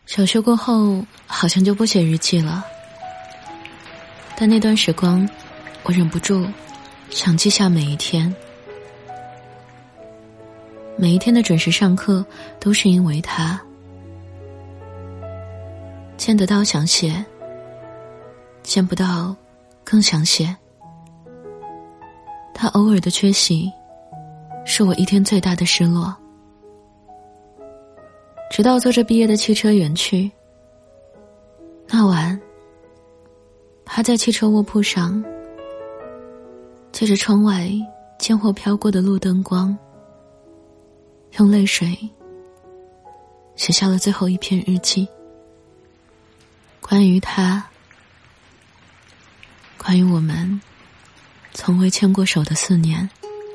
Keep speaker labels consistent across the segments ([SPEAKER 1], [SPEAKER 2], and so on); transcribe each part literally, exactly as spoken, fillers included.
[SPEAKER 1] 小学过后好像就不写日记了，但那段时光我忍不住想记下每一天。每一天的准时上课都是因为他，见得到想写，见不到更想写。他偶尔的缺席是我一天最大的失落。直到坐着毕业的汽车远去，那晚趴在汽车卧铺上，借着窗外间或飘过的路灯光，用泪水写下了最后一篇日记，关于他，关于我们从未牵过手的四年。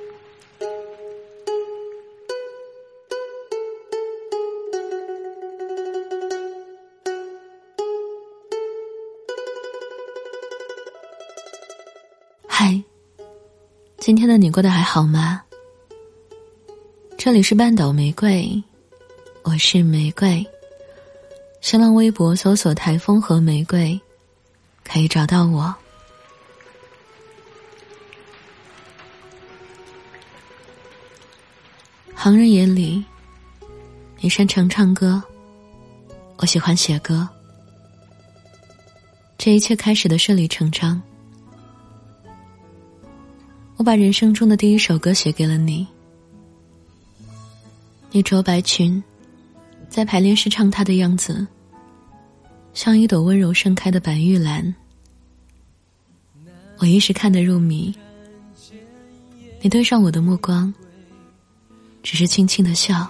[SPEAKER 1] 嗨，今天的你过得还好吗？这里是半岛玫瑰，我是玫瑰。新浪微博搜索台风和玫瑰，可以找到我。旁人眼里，你擅长唱歌，我喜欢写歌。这一切开始的顺理成章。我把人生中的第一首歌写给了你，你着白裙，在排练时唱它的样子，像一朵温柔盛开的白玉兰。我一时看得入迷，你对上我的目光，只是轻轻地笑。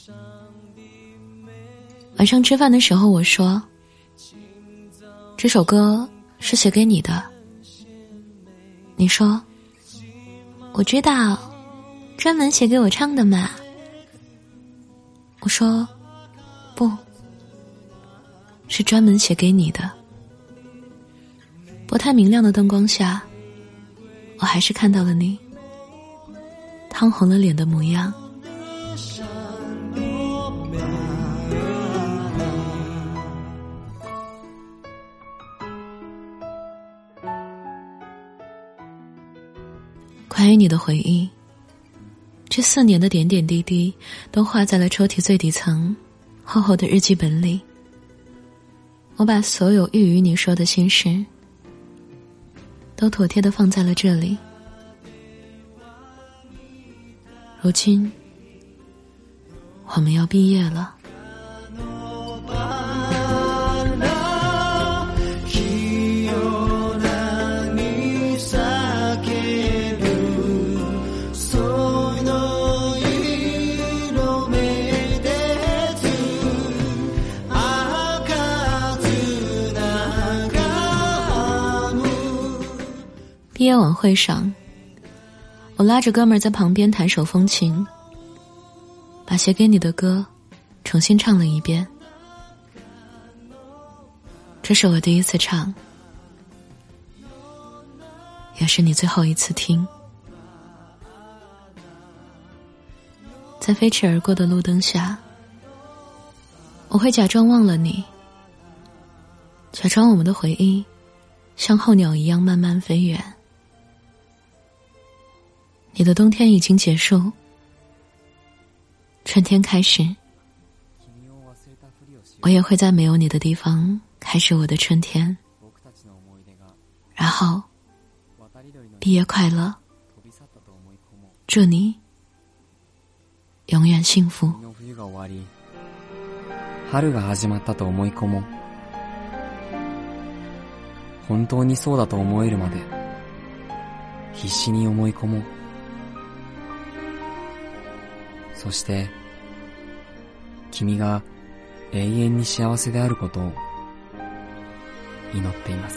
[SPEAKER 1] 晚上吃饭的时候我说，这首歌是写给你的。你说，我知道，专门写给我唱的嘛。我说，不，是专门写给你的。不太明亮的灯光下，我还是看到了你烫红了脸的模样。关于你的回忆，这四年的点点滴滴都画在了抽屉最底层厚厚的日记本里。我把所有欲与你说的心事都妥帖地放在了这里。如今我们要毕业了，毕业晚会上，我拉着哥们儿在旁边弹手风琴，把写给你的歌重新唱了一遍。这是我第一次唱，也是你最后一次听。在飞驰而过的路灯下，我会假装忘了你，假装我们的回忆像候鸟一样慢慢飞远。你的冬天已经结束，春天开始，我也会在没有你的地方开始我的春天。然后毕业快乐，祝你永遠幸福。
[SPEAKER 2] 冬が終わり、春が始まったと思い込もう。本当にそうだと思えるまで必死に思い込もう。そして君が永遠に幸せであることを祈っています。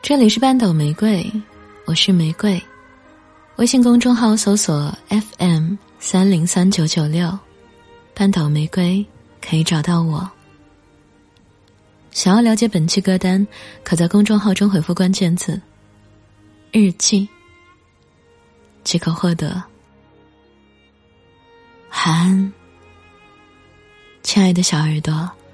[SPEAKER 1] 这里是半斗玫瑰，我是玫瑰。微信公众号搜索 F M 三零三九九六，半斗玫瑰可以找到我。想要了解本期歌单，可在公众号中回复关键字日记，即可获得。晚安，亲爱的小耳朵。